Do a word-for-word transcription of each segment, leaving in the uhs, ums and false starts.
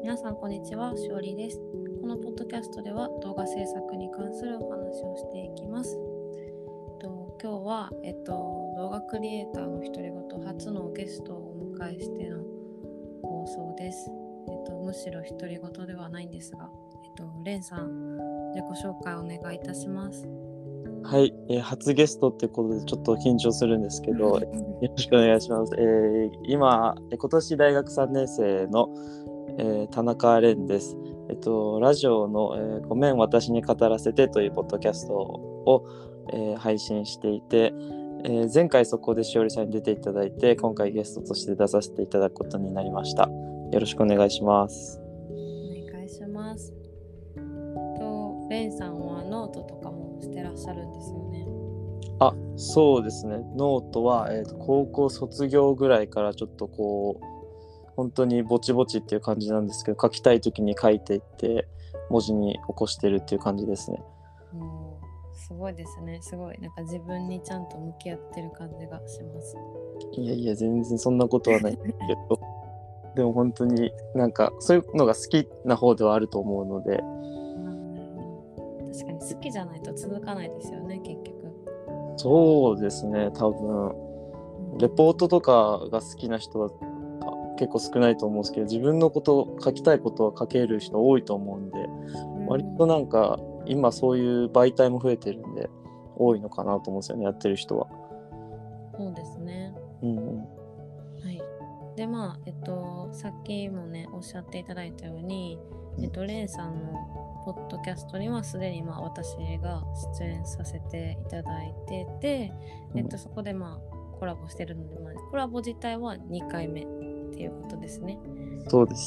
皆さんこんにちは、しおりです。このポッドキャストでは動画制作に関するお話をしていきます。えっと、今日は、えっと、動画クリエイターの独り言初のゲストをお迎えしての放送です。えっと、むしろ独り言ではないんですが、えっと、レンさん、自己紹介お願いいたします。 はい、えー初ゲストってことでちょっと緊張するんですけど、よろしくお願いします。えー今、えー今年大学さんねん生の、えー田中蓮です。えっと、ラジオの、えーごめん私に語らせてというポッドキャストを、えー配信していて、えー前回そこでしおりさんに出ていただいて、今回ゲストとして出させていただくことになりました。よろしくお願いします。 お願いします。と、レンさんはノートとかもしてらっしゃるんですよね。 あ、そうですね。ノートは、えーと、高校卒業ぐらいからちょっとこう本当にぼちぼちっていう感じなんですけど、書きたい時に書いていって文字に起こしてるっていう感じですね。 もうすごいですね。すごいなんか自分にちゃんと向き合ってる感じがします。 いやいや全然そんなことはないけどでも本当になんかそういうのが好きな方ではあると思うので。 あーなるほど。確かに好きじゃないと続かないですよね、結局。 そうですね、多分レポートとかが好きな人は結構少ないと思うんですけど、自分のこと書きたいことは書ける人多いと思うんで、 うん、 割となんか今そういう媒体も増えてるんで多いのかなと思うんですよね、やってる人は。 そうですね。 うんうん。 はい。でまあえっとさっきもねおっしゃっていただいたように、えっとレンさんのポッドキャストにはすでにまあ私が出演させていただいてて、えっとそこでまあコラボしてるので、まあ、コラボ自体はにかいめっていうことですね。 そうです。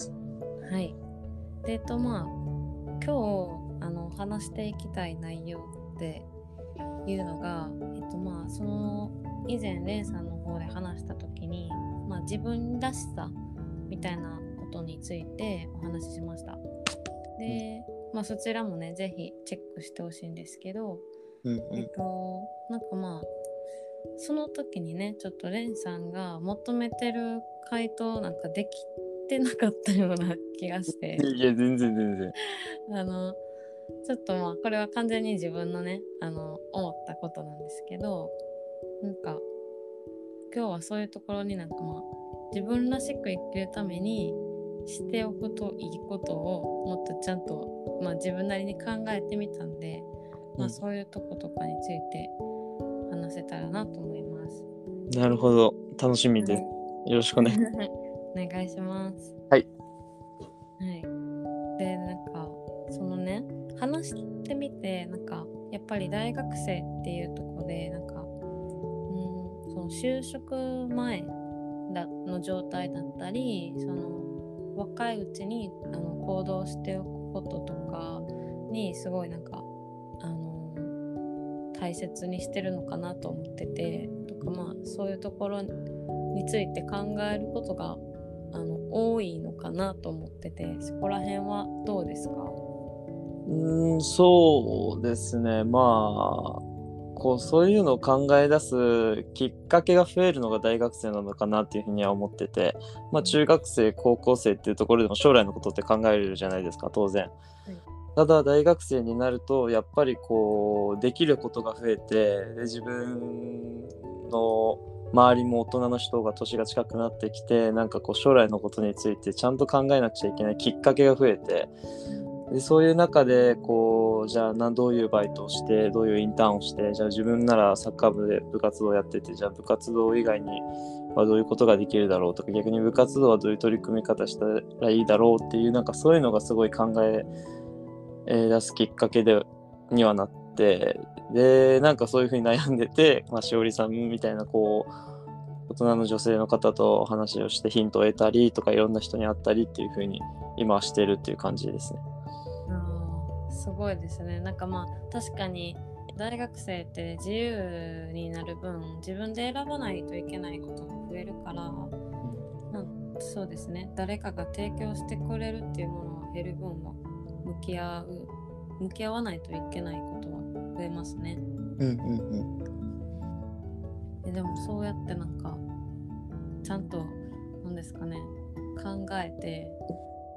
はい。でえっとまあ今日あの話していきたい内容っていうのが、えっとまあその以前レンさんの方で話した時に、まあ、自分らしさみたいなことについてお話ししました。で、まあそちらもねぜひチェックしてほしいんですけど、 うんうん、 えっとなんかまあその時にねちょっとレンさんが求めてる回答なんかできてなかったような気がして、 いや全然全然。 あのちょっとまあこれは完全に自分のねあの思ったことなんですけど、なんか今日はそういうところになんかまあ自分らしく生きるためにしておくといいことをもっとちゃんと、まあ、自分なりに考えてみたんで、まあ、そういうとことかについて話せたらなと思います。 なるほど、楽しみです。 はいよろしくお願い。 お願いします。 はい。 はい。でなんかそのね話してみてなんかやっぱり大学生っていうところでなんかうんその就職前だの状態だったり、その若いうちにあの行動しておくこととかにすごいなんかあの大切にしてるのかなと思ってて、とかまあそういうところについて考えることがあの多いのかなと思ってて、そこら辺はどうですか？ うーん、そうですね。まあ、こうそういうのを考え出すきっかけが増えるのが大学生なのかなっていうふうには思ってて、まあ中学生、高校生っていうところでも将来のことって考えるじゃないですか、当然。 はい、 ただ大学生になるとやっぱりこうできることが増えて、で自分の周りも大人の人が年が近くなってきて、なんかこう将来のことについてちゃんと考えなくちゃいけないきっかけが増えて、でそういう中でこうじゃあどういうバイトをしてどういうインターンをして、じゃあ自分ならサッカー部で部活動をやってて、じゃあ部活動以外にはどういうことができるだろうとか、逆に部活動はどういう取り組み方したらいいだろうっていう、なんかそういうのがすごい考ええー出すきっかけでにはなって、でなんかそういう風に悩んでて、まあ、しおりさんみたいなこう大人の女性の方と話をしてヒントを得たりとか、いろんな人に会ったりっていう風に今はしてるっていう感じですね。 あーすごいですね。なんかまあ確かに大学生って自由になる分自分で選ばないといけないことが増えるから、まあ、そうですね、誰かが提供してくれるっていうものが減る分は向き合う向き合わないといけないことは増えますね。 うんうんででもそうやってなんかちゃんとなんですかね考えて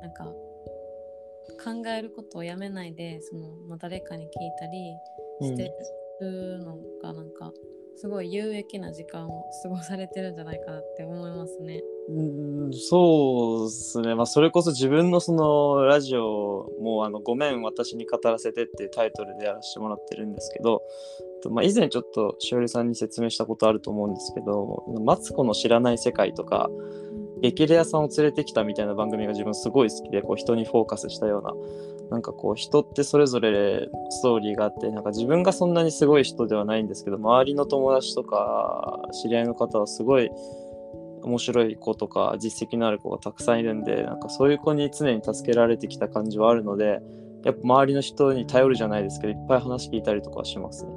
なんか考えることをやめないでその、まあ、誰かに聞いたりしてるのがなんかすごい有益な時間を過ごされてるんじゃないかなって思いますね。 うん、そうですね、まあ、それこそ自分のそのラジオもあのごめん私に語らせてっていうタイトルでやらせてもらってるんですけど、まあ、以前ちょっとしおりさんに説明したことあると思うんですけど、マツコの知らない世界とか激レアさんを連れてきたみたいな番組が自分すごい好きで、こう人にフォーカスしたような、なんかこう人ってそれぞれストーリーがあって、なんか自分がそんなにすごい人ではないんですけど、周りの友達とか知り合いの方はすごい面白い子とか実績のある子がたくさんいるんで、なんかそういう子に常に助けられてきた感じはあるので、やっぱ周りの人に頼るじゃないですけど、いっぱい話聞いたりとかしますね。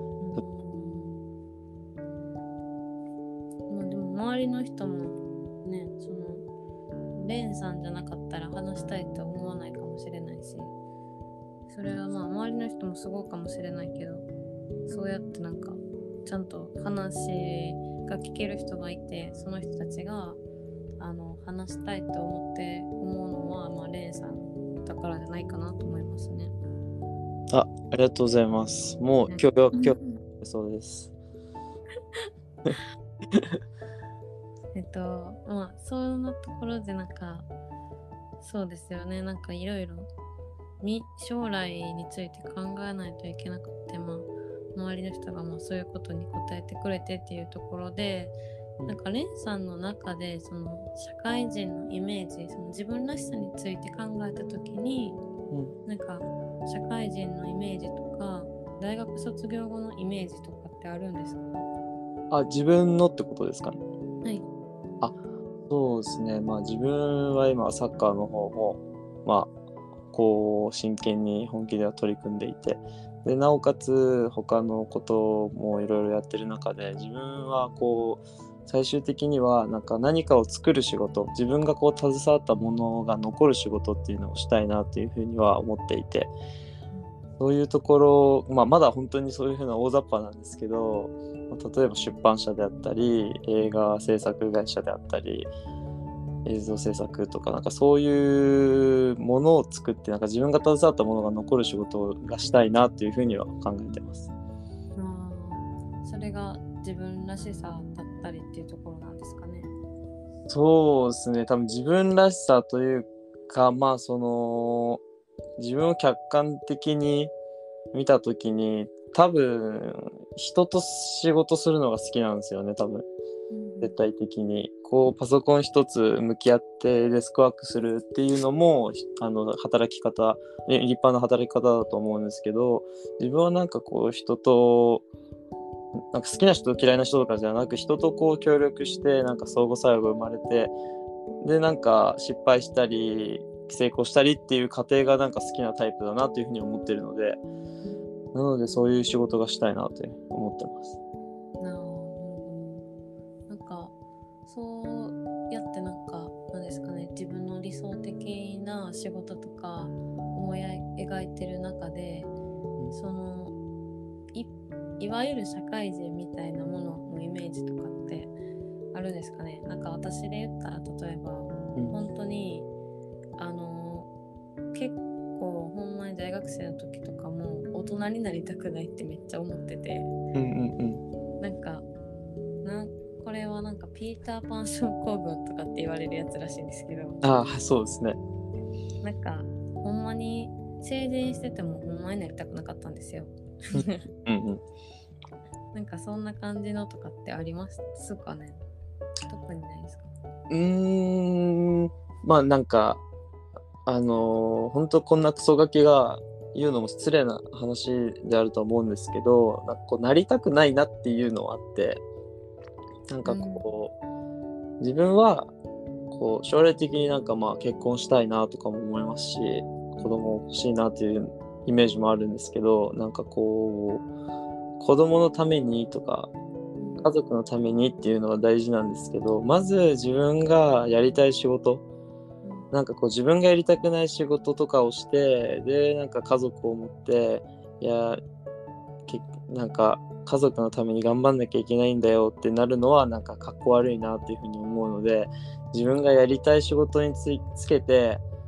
まあ、でも周りの人もね、そのレンさんじゃなかったら話したいとは思わないかもしれないし、それはまあ周りの人もすごいかもしれないけど、そうやってなんかちゃんと話が聞ける人がいて、その人たちがあの話したいと思って思うのは、まあ、レンさんだからじゃないかなと思いますね。 あ、ありがとうございます。もう今日今日そうです。 えっとまあそのところでなんかそうですよね、なんかいろいろ将来について考えないといけなくて、まあ周りの人がまあそういうことに答えてくれてっていうところで、なんかレンさんの中でその社会人のイメージ、その自分らしさについて考えた時に、うん、なんか社会人のイメージとか大学卒業後のイメージとかってあるんですか？ あ、自分のってことですかね。 はい。 あ、そうですね。まあ自分は今サッカーの方もまあこう真剣に本気では取り組んでいて、でなおかつ他のこともいろいろやってる中で、自分はこう最終的にはなんか何かを作る仕事、自分がこう携わったものが残る仕事っていうのをしたいなっていうふうには思っていて、そういうところ、まあ、まだ本当にそういうふうな大雑把なんですけど、例えば出版社であったり映画制作会社であったり映像制作とか、なんかそういうものを作って、なんか自分が携わったものが残る仕事がしたいなっていうふうには考えてます。 あ、それが自分らしさだったりっていうところなんですかね。 そうですね、多分自分らしさというか、まあその自分を客観的に見たときに、多分人と仕事するのが好きなんですよね、多分。絶対的にこうパソコン一つ向き合ってデスクワークするっていうのもあの働き方、ね、立派な働き方だと思うんですけど、自分はなんかこう人となんか好きな人と嫌いな人とかじゃなく、人とこう協力してなんか相互作用が生まれて、でなんか失敗したり成功したりっていう過程がなんか好きなタイプだなというふうに思ってるので、なのでそういう仕事がしたいなと思ってます。 なんかそうやってなんかなんですかね、自分の理想的な仕事とか思い描いてる中で、その い, いわゆる社会人みたいなもののイメージとかってあるんですかね。なんか私で言ったら例えば、うん、本当にあの結構ほんまに大学生の時とかも大人になりたくないってめっちゃ思ってて、うんうんうん、なんかなこれはなんかピーターパン症候群とかって言われるやつらしいんですけど、 ああそうですね、 なんかほんまに成人しててもほんまになりたくなかったんですようん、うん、なんかそんな感じのとかってありますかね。特にないですか。 うーん、まあなんかあのー、本当こんなクソガキが言うのも失礼な話であると思うんですけど、なんかこうなりたくないなっていうのはあって、なんかこう、うん、自分はこう将来的になんかまあ結婚したいなとかも思いますし、子供欲しいなっていうイメージもあるんですけど、なんかこう子供のためにとか家族のためにっていうのは大事なんですけど、まず自分がやりたい仕事、なんかこう自分がやりたくない仕事とかをして、でなんか家族を持っていやけなんか家族のために頑張んなきゃいけないんだよってなるのはなんかかっこ悪いなっていうふうに思うので、自分がやりたい仕事についつけて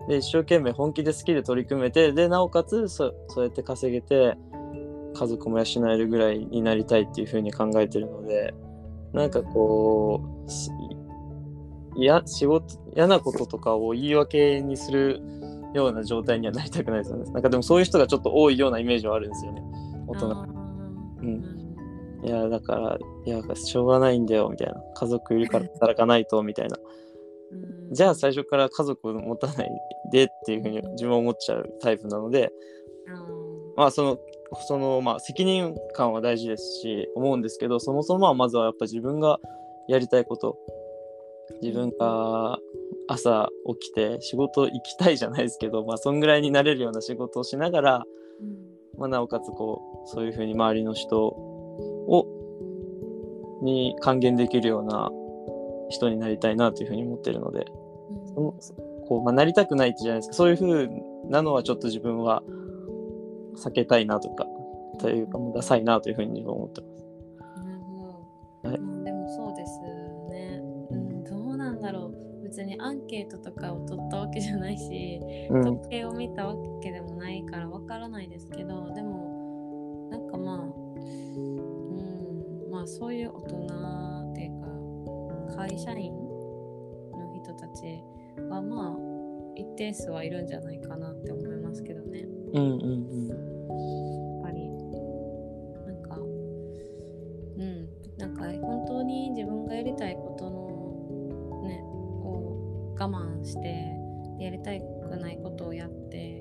で一生懸命本気で好きで取り組めて、でなおかつ そ, そうやって稼げて家族も養えるぐらいになりたいっていう風に考えてるので、なんかこういや仕事嫌なこととかを言い訳にするような状態にはなりたくないですよね。なんかでもそういう人がちょっと多いようなイメージはあるんですよね、大人。うん、いやだからいやしょうがないんだよみたいな、家族いるから働かないとみたいなじゃあ最初から家族を持たないでっていうふうに自分は思っちゃうタイプなので、まあそのそのまあ責任感は大事ですし思うんですけど、そもそもはまずはやっぱ自分がやりたいこと、自分が朝起きて仕事行きたいじゃないですけど、まあそんぐらいになれるような仕事をしながら、まあ、なおかつこうそういうふうに周りの人をに還元できるような人になりたいなというふうに思ってるので、そのこうまあ、なりたくないってじゃないですか、そういうふうなのはちょっと自分は避けたいなとかというかもうダサいなというふうに自分は思ってます。 なるほど、はい、まあ、でもそうですね、うん、どうなんだろう、別にアンケートとかを取ったわけじゃないし、うん、統計を見たわけでもないからわからないですけど、でもなんかまあ、うん、まあそういう大人っていうか会社員の人たちはまあ一定数はいるんじゃないかなって思いますけどね。 うんうんうん。 やっぱりなんかうんなんか本当に自分がやりたいことのねを我慢してやりたくないことをやって、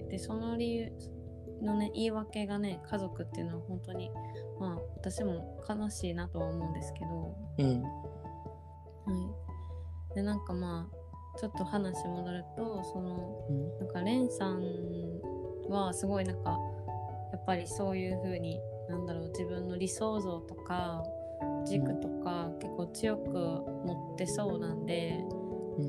でその理由のね言い訳がね家族っていうのは本当にまあ私も悲しいなとは思うんですけど、 うん、 はい、でなんかまあちょっと話戻ると、その、うん、なんかレンさんはすごいなんかやっぱりそういう風になんだろう自分の理想像とか軸とか、うん、結構強く持ってそうなんで、うん、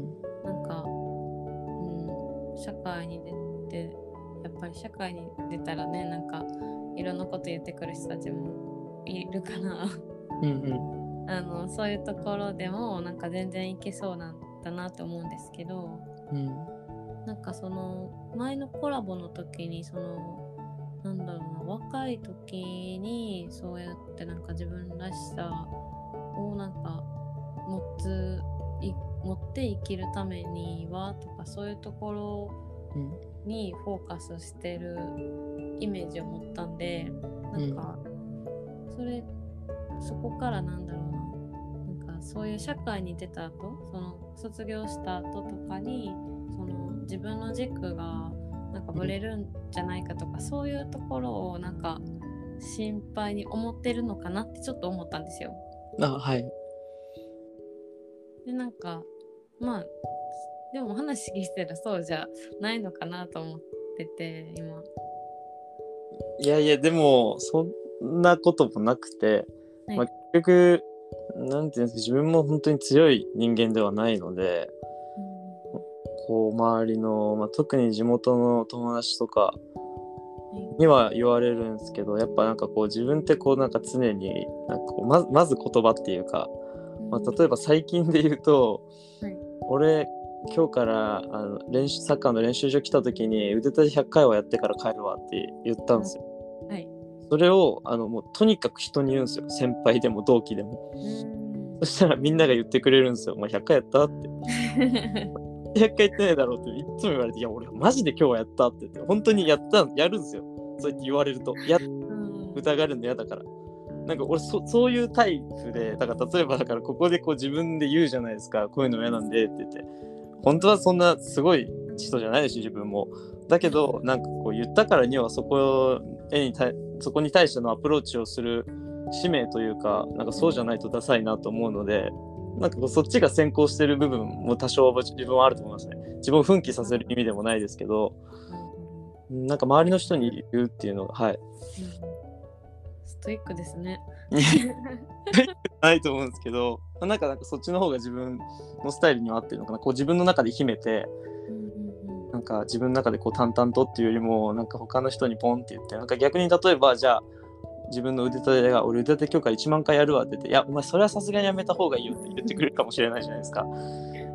なんか、うん、社会に出てやっぱり社会に出たらねなんかいろんなこと言ってくる人たちもいるから、うんうん、あのそういうところでもなんか全然いけそうなんだなって思うんですけど、うん、なんかその前のコラボの時にそのなんだろうな若い時にそうやってなんか自分らしさをなんか持つい持って生きるためにはとかそういうところにフォーカスしてるイメージを持ったんで、なんかそれそこからなんだろうななんかそういう社会に出た後その卒業した後とかにその自分の軸がなんかブレるんじゃないかとか、うん、そういうところをなんか心配に思ってるのかなってちょっと思ったんですよ。 あ、はい。 でなんかまあでも話聞いてたらそうじゃないのかなと思ってて今。 いやいやでもそんなこともなくて、はい、まあ、結局なんていうんですか、自分も本当に強い人間ではないので、うん、こう周りの、まあ、特に地元の友達とかには言われるんですけど、やっぱなんかこう自分ってこうなんか常になんかこう ま, まず言葉っていうか、まあ、例えば最近で言うと、うん、俺今日からあの練習サッカーの練習場来た時に腕立てひゃっかいはやってから帰るわって言ったんですよ。うん、はい。それをあのもうとにかく人に言うんですよ、先輩でも同期でも。うん、そしたらみんなが言ってくれるんですよ、お前ひゃっかいやったってひゃっかいやってないだろうっていつも言われて、いや俺マジで今日はやったって言って、本当にやったやるんですよ、そうやって言われると。や疑われるの嫌だから。なんか俺 そ, そういうタイプで、だから例えばだからここでこう自分で言うじゃないですか、こういうの嫌なんでって言って、本当はそんなすごい人じゃないし自分もだけど、なんかこう言ったからにはそこに対そこに対してのアプローチをする使命というか、なんかそうじゃないとダサいなと思うので、なんかこうそっちが先行してる部分も多少自分はあると思いますね。自分を奮起させる意味でもないですけど、なんか周りの人に言うっていうのが、はい、 ストイックですね。 ないと思うんですけど、なんかなんかそっちの方が自分のスタイルには合ってるのかな。こう自分の中で秘めて、うんうんうん、なんか自分の中でこう淡々とっていうよりも、なんか他の人にポンって言って、なんか逆に例えばじゃあ自分の腕立てが俺腕立て今日からいちまんかいやるわって言って、いやお前それはさすがにやめた方がいいよって言ってくれるかもしれないじゃないですか。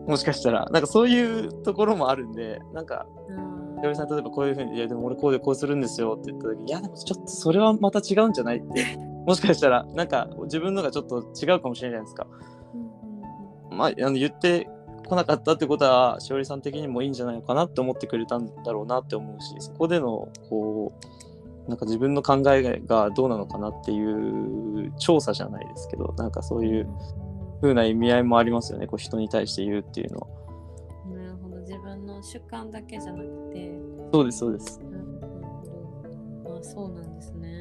もしかしたらなんかそういうところもあるんで、なんかうんひよりさん例えばこういうふうに、いやでも俺こうでこうするんですよって言った時に、いやでもちょっとそれはまた違うんじゃないってもしかしたらなんか自分のがちょっと違うかもしれないじゃないですか。 うんうんまあ、あの言ってこなかったってことはしおりさん的にもいいんじゃないのかなって思ってくれたんだろうなって思うし、そこでのこうなんか自分の考えがどうなのかなっていう調査じゃないですけど、なんかそういう風な意味合いもありますよね、こう人に対して言うっていうのは。 うんなるほど、自分の主観だけじゃなくて。 そうですそうです。 なるほど。あ、そうなんですね。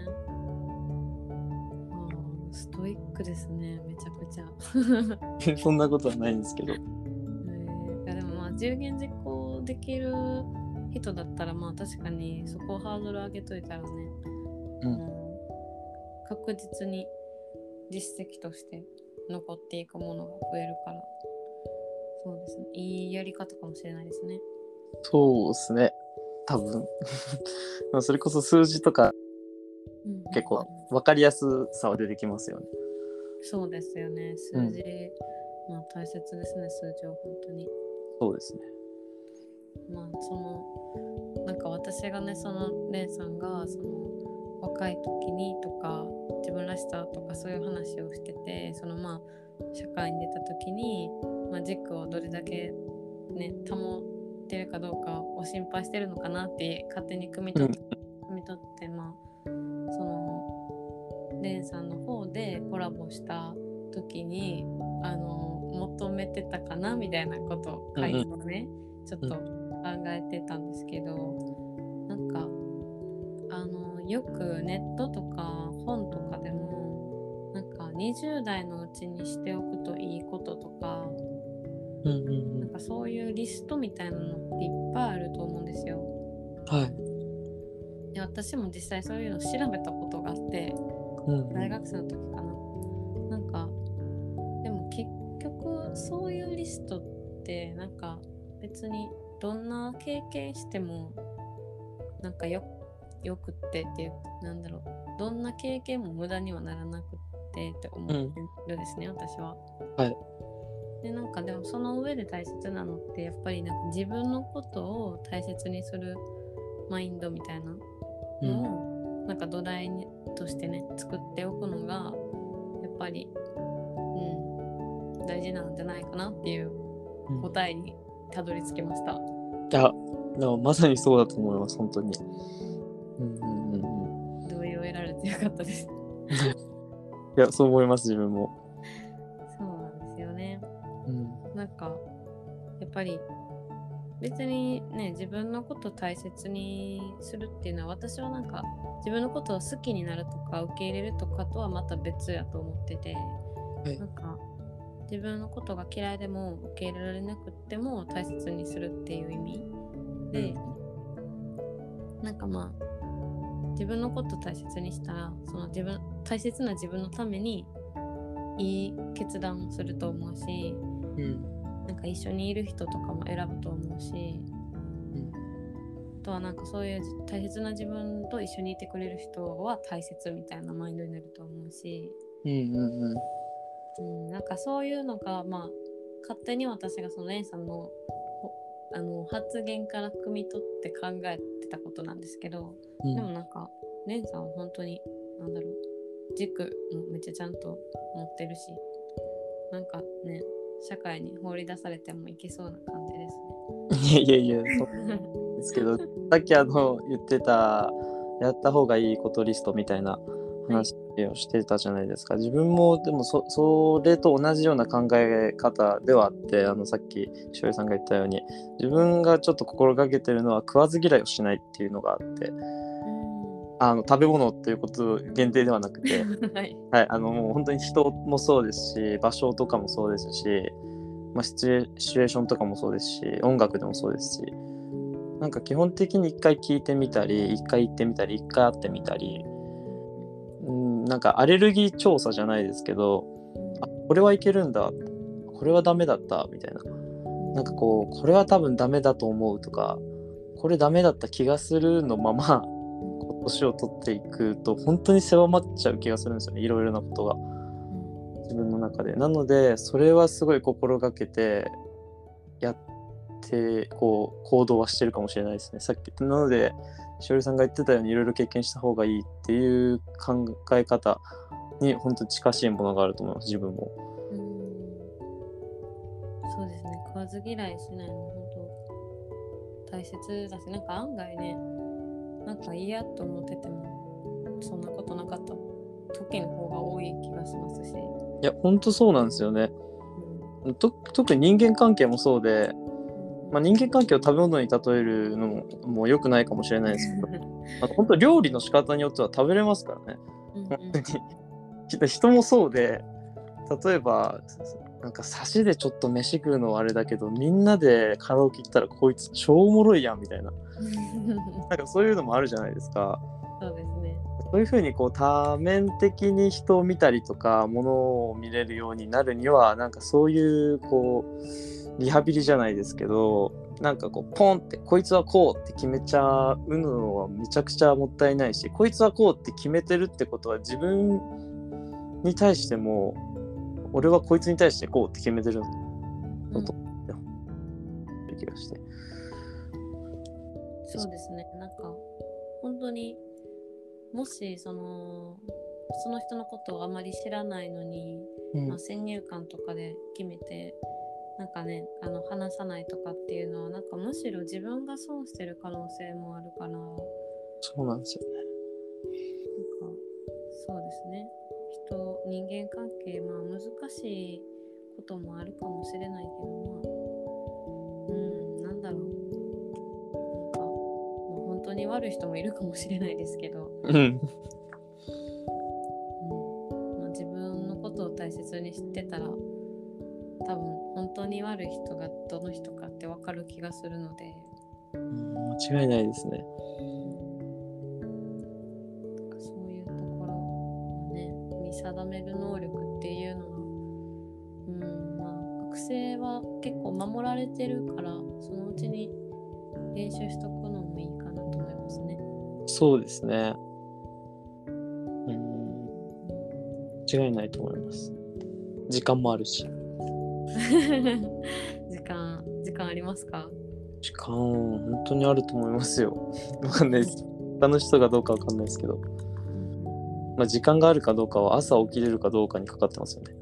あーストイックですね、めちゃくちゃ。 そんなことはないんですけど。 えー、いやでもまあ有言実行できる人だったらまあ確かにそこをハードル上げといたらね、 うんあの確実に実績として残っていくものが増えるから、そうですね、いいやり方かもしれないですね。 そうですね、多分まあそれこそ数字とかうん結構分かりやすさは出てきますよね。 そうですよね、数字、うん、まあ大切ですね、数字は本当に。 そうですね。 まあそのなんか私がね、そのレンさんがその若い時にとか自分らしさとかそういう話をしてて、そのまあ社会に出た時に、まあ、軸をどれだけね保ってるかどうかを心配してるのかなって勝手に汲み取って、汲み取ってまあそのレンさんの方でコラボした時にあの求めてたかなみたいなことを会社をね、うんうん、ちょっと考えてたんですけど、なんかあのよくネットとか本とかでもなんかにじゅう代のうちにしておくといいこととか、 うんうんうん、 なんかそういうリストみたいなのっていっぱいあると思うんですよ。 はい。 で私も実際そういうの調べたことがあって、うん、大学生の時かな。なんかでも結局そういうリストってなんか別にどんな経験してもなんかよよくってっていう、なんだろう、どんな経験も無駄にはならなくってって思ってるんですね、うん、私は。 はい。 でなんかでもその上で大切なのってやっぱりなんか自分のことを大切にするマインドみたいなのを、うん、なんか土台にとしてね作っておくのがやっぱり、うん、大事なんじゃないかなっていう答えにたどり着きました。 いや、でもまさにそうだと思います、本当に。うんうんうん、 同意を得られてよかったですいや、そう思います、自分も。 そうなんですよね、 うん、 なんかやっぱり別にね自分のことを大切にするっていうのは、私はなんか自分のことを好きになるとか受け入れるとかとはまた別やと思ってて、はい、なんか自分のことが嫌いでも受け入れられなくっても大切にするっていう意味で、うん、なんかまあ自分のことを大切にしたらその自分大切な自分のためにいい決断をすると思うし、うん、なんか一緒にいる人とかも選ぶと思うし、うん、あとはなんかそういう大切な自分と一緒にいてくれる人は大切みたいなマインドになると思うし、うんうんうんうん、なんかそういうのがまあ勝手に私がそのレンさんのあの発言から汲み取って考えてたことなんですけど、うん、でもなんかレンさんは本当になんだろう軸もめっちゃちゃんと持ってるし、なんかね社会に放り出されてもいけそうな感じですね。いやいやいやそうですけどさっきあの言ってたやった方がいいことリストみたいな話をしてたじゃないですか、はい、自分もでも そ, それと同じような考え方ではあって、あのさっきしおりさんが言ったように自分がちょっと心がけてるのは食わず嫌いをしないっていうのがあって、あの食べ物っていうこと限定ではなくて、はいはい、あのもう本当に人もそうですし場所とかもそうですし、まあ、シチュエ、シチュエーションとかもそうですし音楽でもそうですし、なんか基本的に一回聞いてみたり一回行ってみたり一回会ってみたり、うん、なんかアレルギー調査じゃないですけど、あこれはいけるんだこれはダメだったみたいな、なんかこうこれは多分ダメだと思うとかこれダメだった気がするのまま年を取っていくと本当に狭まっちゃう気がするんですよね、いろいろなことが自分の中で。なのでそれはすごい心がけてやってこう行動はしてるかもしれないですね。さっきなのでしおりさんが言ってたようにいろいろ経験した方がいいっていう考え方に本当に近しいものがあると思います、自分も。 うん、そうですね。食わず嫌いしないの本当大切だし、なんか案外ね、なんか嫌と思っててもそんなことなかった時の方が多い気がしますし。 いや本当そうなんですよね。 うん、 と特に人間関係もそうで、まあ、人間関係を食べ物に例えるのももう良くないかもしれないですけどあの本当料理の仕方によっては食べれますからね。 うんうん、 本当に人もそうで、例えばなんか差しでちょっと飯食うのはあれだけどみんなでカラオケ行ったらこいつ超おもろいやんみたいななんかそういうのもあるじゃないですか。 そうですね。 そういうふうにこう多面的に人を見たりとか物を見れるようになるにはなんかそういうこうリハビリじゃないですけど、なんかこうポンってこいつはこうって決めちゃうのはめちゃくちゃもったいないし、こいつはこうって決めてるってことは自分に対しても俺はこいつに対してこうって決めてるのと、うん、気がして。 そうですね。なんか本当にもしそのその人のことをあまり知らないのに、うんまあ、先入観とかで決めてなんかねあの話さないとかっていうのはなんかむしろ自分が損してる可能性もあるから。 そうなんですよね。 なんかそうですね。人人間関係まあ難しいこともあるかもしれないけどまあうんなんだろうなんかもう本当に悪い人もいるかもしれないですけど、 うんうんまあ、自分のことを大切に知ってたら多分本当に悪い人がどの人かって分かる気がするので、 うん、間違いないですね。 そういうところをね見定める能力っていうのは、うんまあ、学生は結構守られてるからそのうちに練習しとくのもいいかなと思いますね。 そうですね。うん、間違いないと思います。時間もあるし。 時間時間ありますか？ 時間本当にあると思いますよ。わかんないです。他の人がどうかわかんないですけど、まあ、時間があるかどうかは朝起きれるかどうかにかかってますよね。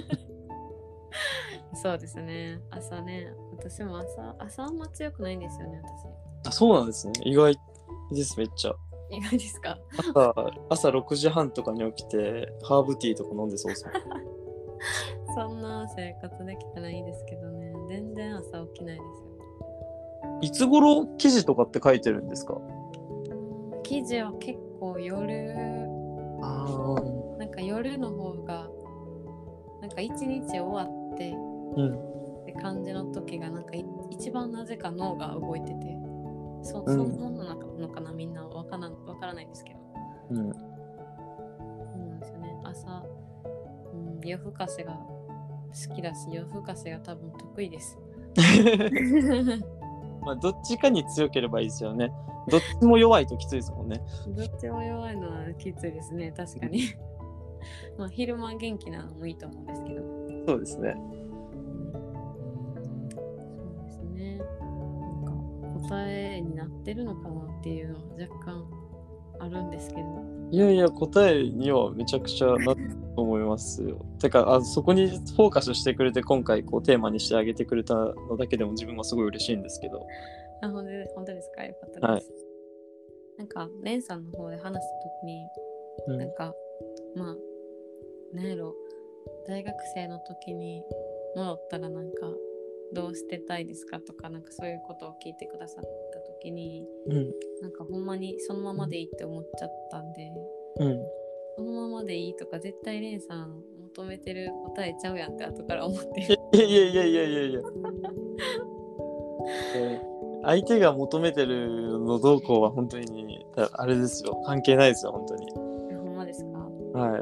そうですね。朝ね、私も朝朝あんま強くないんですよね、私。 あ、そうなんですね。意外ですめっちゃ。 意外ですか？ 朝朝ろくじはんとかに起きてハーブティーとか飲んでそうそう。 そんな生活できたらいいですけどね、全然朝起きないですよ。 いつ頃記事とかって書いてるんですか？ 記事は結構夜、 あなんか夜の方が、なんか一日終わって、 うん、 って感じの時がなんか一番なぜか脳が動いてて、そ、 うん、 そんなのかなみんなわからん、わからないんですけど。 うん、 そうなんですよね。朝、うん、夜更かしが好きだし、夜更かしが多分得意です。 まあどっちかに強ければいいですよね。どっちも弱いときついですもんね。 どっちも弱いのはきついですね、確かに。まあ昼間元気なのもいいと思うんですけど。 そうですね。 そうですね。なんか答えになってるのかなっていうのは若干あるんですけど。 いやいや答えにはめちゃくちゃなると思いますよ。てかあそこにフォーカスしてくれて今回こうテーマにしてあげてくれたのだけでも自分はすごい嬉しいんですけど。 あ、本当で本当ですか？よかったです。 はい。 なんかレンさんの方で話した時に、 うん、 なんかまあ何やろ大学生の時に戻ったらなんかどうしてたいですかとかなんかそういうことを聞いてくださった時に、 うん、 なんかほんまにそのままでいいって思っちゃったんで、 うん、 そのままでいいとか絶対レンさん求めてる答えちゃうやんって後から思って。 いやいやいやいやいやいや。えー相手が求めてるのどうこうは本当にあれですよ、関係ないですよ本当に。 ほんまですか？ はい。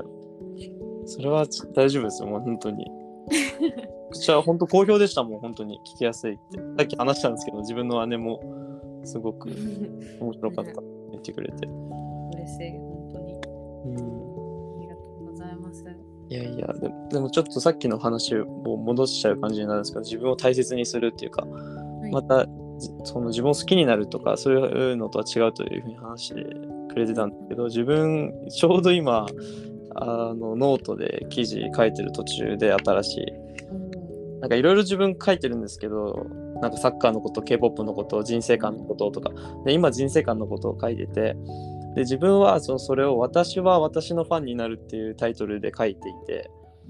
それは大丈夫ですよもう本当に。口は本当好評でしたもん本当に聞きやすいってさっき話したんですけど自分の姉もすごく面白かったって言ってくれて。 嬉しい本当に。 うん。 ありがとうございます。 いやいやでも、でもちょっとさっきの話を戻しちゃう感じになるんですけど、自分を大切にするっていうか、 はい。 またその自分を好きになるとかそういうのとは違うというふうに話してくれてたんですけど、自分ちょうど今あのノートで記事書いてる途中で、新しいおー。 なんかいろいろ自分書いてるんですけど、なんかサッカーのこと、 K-ポップ のこと、人生観のこととかで、今人生観のことを書いてて、で自分はそのそれを私は私のファンになるっていうタイトルで書いていて、 うん。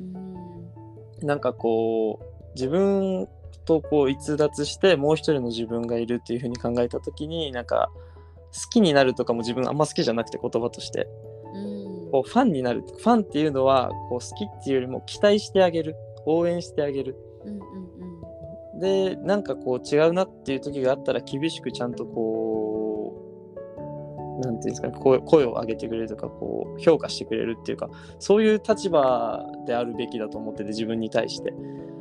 なんかこう自分とこう逸脱してもう一人の自分がいるっていう風に考えた時に、なんか好きになるとかも自分あんま好きじゃなくて、言葉としてうん。 こうファンになる、ファンっていうのはこう好きっていうよりも期待してあげる、応援してあげる、 うんうんでなんかこう違うなっていう時があったら厳しくちゃんとこうなんていうんですかね、声声を上げてくれるとか、こう評価してくれるっていうか、そういう立場であるべきだと思ってて、自分に対してうん。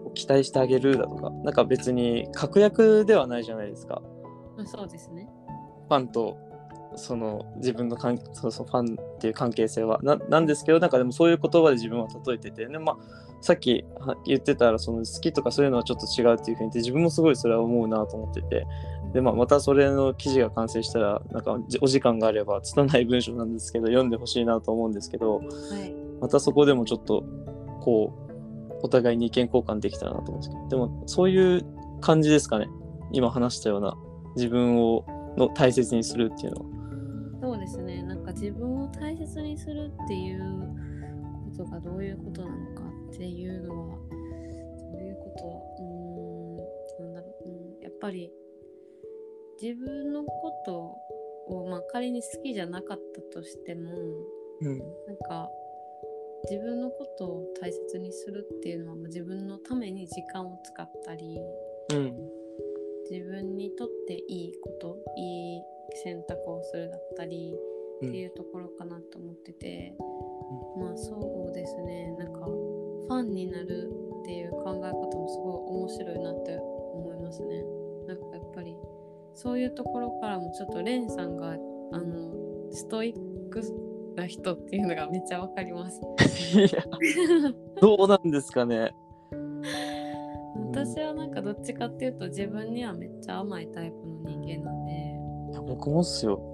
期待してあげるだとか、なんか別に確約ではないじゃないですか、 あー、そうですね。 ファンとその自分の関そうそうファンっていう関係性は な, なんですけど、なんかでもそういう言葉で自分は例えてて、ね、まあ、さっき言ってたらその好きとかそういうのはちょっと違うっていうふうに言って、自分もすごいそれは思うなと思ってて、で、まあ、またそれの記事が完成したらなんかお時間があれば拙い文章なんですけど読んでほしいなと思うんですけど、 はい。 またそこでもちょっとこうお互いに意見交換できたらなと思うんですけど、でもそういう感じですかね、今話したような自分をの大切にするっていうのは。 そうですね。なんか自分を大切にするっていうことがどういうことなのかっていうのは、どういうこと、うーん、なんだろう、うん、やっぱり自分のことを、まあ、仮に好きじゃなかったとしても、 うん、 なんか自分のことを大切にするっていうのは、まあ自分のために時間を使ったり、 うん、 自分にとっていいこと、いい選択をするだったりうん、 っていうところかなと思ってて、まあそうですね、なんかファンになるっていう考え方もすごい面白いなって思いますね。なんかやっぱりそういうところからもちょっとレンさんがあのストイックな人っていうのがめっちゃわかります。 いや、どうなんですかね。うん、い私はなんかどっちかっていうと自分にはめっちゃ甘いタイプの人間なんでや僕もっすよ。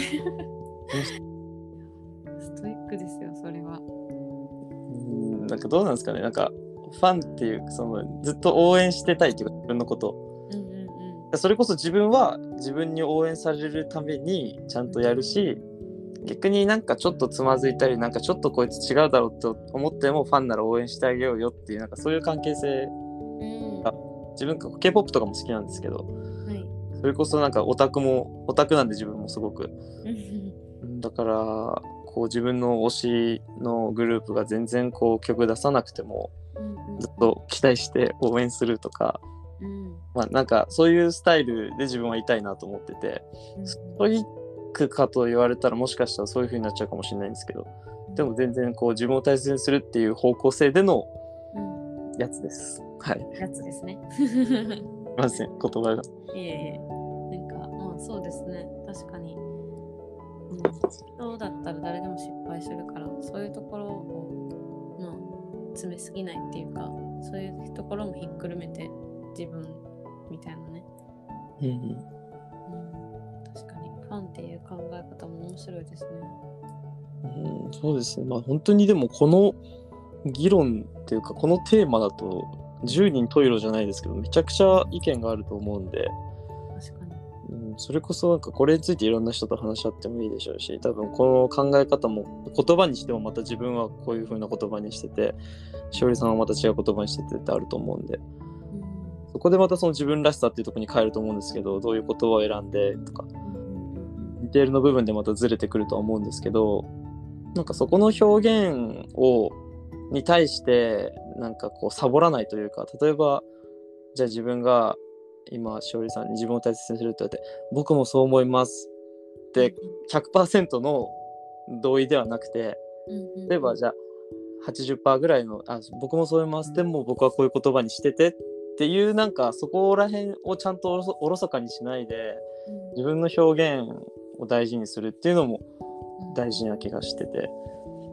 ストイックですよ、それは。 うん、なんかどうなんですかね。なんかファンっていうそのずっと応援してたいっていうか、自分のことを。 うんうんそれこそ自分は自分に応援されるためにちゃんとやるし、逆になんかちょっとつまずいたり、なんかちょっとこいつ違うだろうと思ってもファンなら応援してあげようよっていう、なんかそういう関係性うんが、自分 K-ポップ とかも好きなんですけど、 うん。はい。 それこそなんかオタクもオタクなんで自分もすごく、 うんだからこう自分の推しのグループが全然こう曲出さなくてもうんずっと期待して応援するとか、 うんまあなんかそういうスタイルで自分はいたいなと思ってて、 うんストイックかと言われたらもしかしたらそういう風になっちゃうかもしれないんですけど、でも全然こう自分を大切にするっていう方向性でのうんやつです。はい。 やつですね。 すいません、言葉が。 いえいえ。なんかまあそうですね。確かに。うん、人だったら誰でも失敗するから、そういうところをまあ詰めすぎないっていうか、そういうところもひっくるめて自分みたいなね。 うんうん、 うん、確かにファンっていう考え方も面白いですね。 うん、そうですね。まあ本当にでもこの議論っていうかこのテーマだとじゅうにん十色じゃないですけど、めちゃくちゃ意見があると思うんで、 確かに。 うん、それこそなんかこれについていろんな人と話し合ってもいいでしょうし、多分この考え方も言葉にしてもまた自分はこういう風な言葉にしてて、しおりさんはまた違う言葉にしててってあると思うんで、 うんそこでまたその自分らしさっていうところに変えると思うんですけど、どういう言葉を選んでとか、 うんうんディテールの部分でまたずれてくるとは思うんですけど、なんかそこの表現をに対してなんかこうサボらないというか、例えばじゃあ自分が今しおりさんに自分を大切にするって言われて、僕もそう思いますってひゃくパーセントの同意ではなくて、 うんうんうん、 例えばじゃあ はちじゅっパーセント ぐらいの、あ、僕もそう思います、でも僕はこういう言葉にしててっていう、なんかそこら辺をちゃんとおろそ、おろそかにしないでうん自分の表現を大事にするっていうのもうん大事な気がしてて、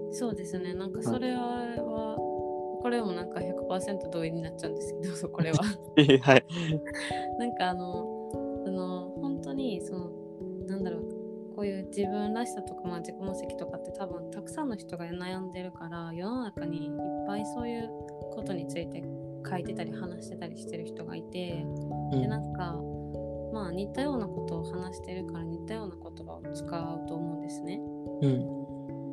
そうですね。なんかそれは、これもなんか ひゃくパーセント 同意になっちゃうんですけど、これは。 はい。 なんかあの、その本当にそのなんだろう、こういう自分らしさとか、まあ、自己分析とかって多分たくさんの人が悩んでるから、世の中にいっぱいそういうことについて書いてたり話してたりしてる人がいて、 うん、 でなんかまあ似たようなことを話してるから似たような言葉を使うと思うんですね。 うん、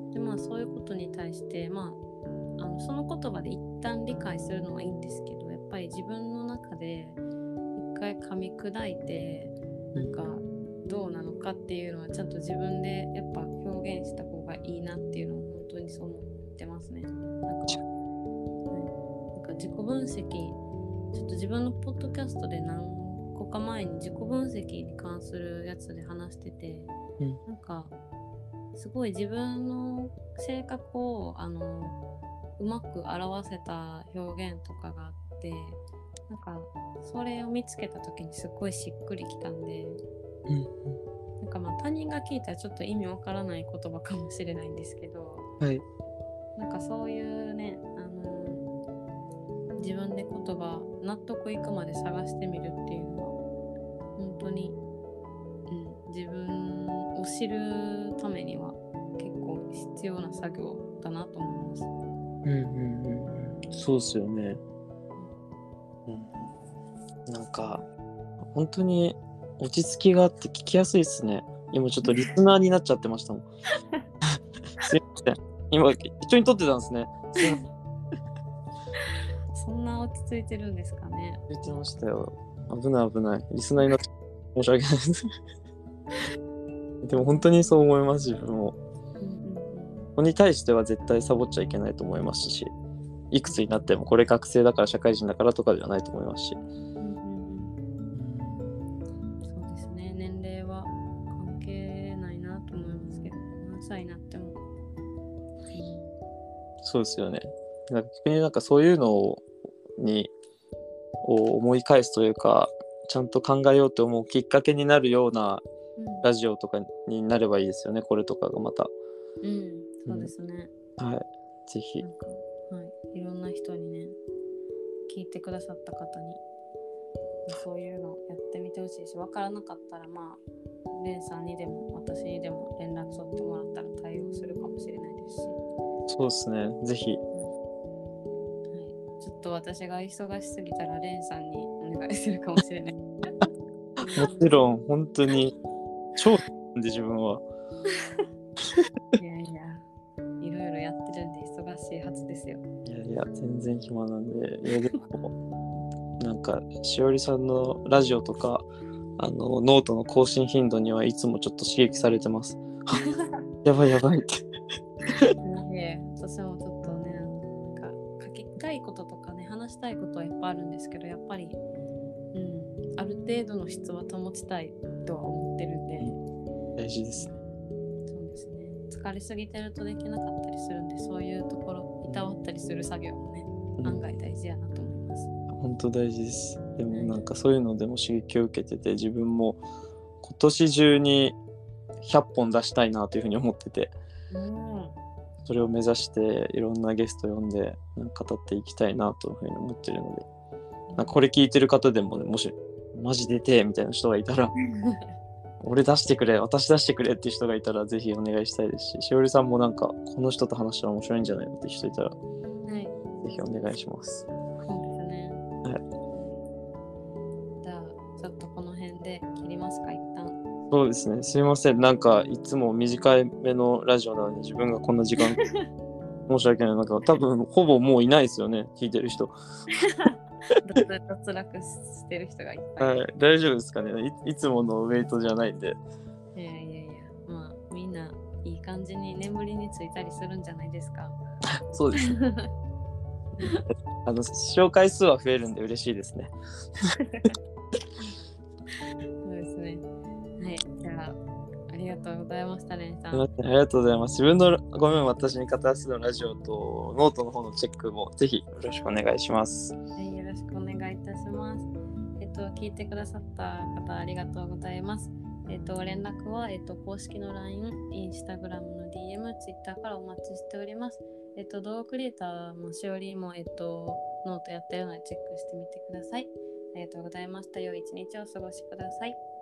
でまあそういうことに対してまああのその言葉で一旦理解するのはいいんですけど、やっぱり自分の中で一回噛み砕いてなんかどうなのかっていうのはちゃんと自分でやっぱ表現した方がいいなっていうのを本当にそう思ってますね。なんか、はい、なんか自己分析、ちょっと自分のポッドキャストで何個か前に自己分析に関するやつで話してて、 うん、 なんかすごい自分の性格をあのうまく表せた表現とかがあって、なんかそれを見つけた時にすごいしっくりきたんで、 うん、 なんかまあ他人が聞いたらちょっと意味わからない言葉かもしれないんですけど、 はい。 なんかそういうね、あの自分で言葉納得いくまで探してみるっていうのは本当に、うん、自分を知るためには結構必要な作業だなと思います。 うんうんうんうん、そうですよね。うん、なんか本当に落ち着きがあって聞きやすいですね。今ちょっとリスナーになっちゃってましたもん。すいません。今一緒に撮ってたんですね。すいません。 そんな落ち着いてるんですかね。 言ってましたよ。危ない危ない。リスナーになって申し訳ないです。でも本当にそう思います、自分も。 うんうんうん、 ここに対しては絶対サボっちゃいけないと思いますし、いくつになってもこれ学生だから社会人だからとかではないと思いますし。 うんうんうん、そうですね。年齢は関係ないなと思いますけど、何歳になっても。 そうですよね。なんか逆になんかそういうのにを思い返すというか、ちゃんと考えようと思うきっかけになるようなラジオとかになればいいですよね、これとかがまた。 うん、そうですね。 うん、はい、ぜひ。 なんか、はい、いろんな人にね、聞いてくださった方に、そういうのやってみてほしいし、分からなかったら、まあ、レンさんにでも私にでも連絡取ってもらったら対応するかもしれないですし。 そうですね、ぜひ。 はい、ちょっと私が忙しすぎたらレンさんにお願いするかもしれない。もちろん、本当に超で自分は。 いやいや、いろいろやってるんで忙しいはずですよ。 いやいや、全然暇なんで。いやでもなんか、しおりさんのラジオとか、あの、ノートの更新頻度にはいつもちょっと刺激されてます。やばいやばいって。 いやいや、私もちょっとね、なんか書きたいこととかね、話したいことはいっぱいあるんですけど、やっぱり、うん、ある程度の質は保ちたいとは思ってるんで、 大事です。 そうですね。疲れすぎてるとできなかったりするんで、そういうところいたわったりする作業もね、うん、案外大事やなと思います。 本当大事です。でもなんかそういうのでも刺激を受けてて、自分も今年中にひゃっぽん出したいなというふうに思ってて、うん、それを目指していろんなゲスト呼んでなんか語っていきたいなというふうに思ってるので、なんかこれ聞いてる方でも、ね、もしマジ出てみたいな人がいたら俺出してくれ、私出してくれっていう人がいたらぜひお願いしたいですし、しおりさんもなんかこの人と話したら面白いんじゃないのって人いたら、はい、ぜひお願いします。 そうですね。 はい。 じゃあちょっとこの辺で切りますか、一旦。 そうですね。すいません。なんかいつも短いめのラジオなのに自分がこんな時間申し訳ない。なんか多分ほぼもういないですよね、聞いてる人。 脱落してる人がいっぱい。 はい、大丈夫ですかね。い, いつものウェイトじゃないんで。 いやいやいや、まあみんないい感じに眠りについたりするんじゃないですか。 そうですね。あの紹介数は増えるんで嬉しいですね。 そうですね。はい、じゃあありがとうございました、レンさん。 ありがとうございます。自分のごめん私に片足のラジオとノートの方のチェックもぜひよろしくお願いします。 はい、よろしくお願いいたします。えっと聞いてくださった方ありがとうございます。 えっと、連絡は、えっと、公式の ライン、インスタグラムの ディーエム、Twitter からお待ちしております。えっと、動画クリエイターもしおりも、えっと、ノートやってるのでチェックしてみてください。ありがとうございました。良い一日をお過ごしください。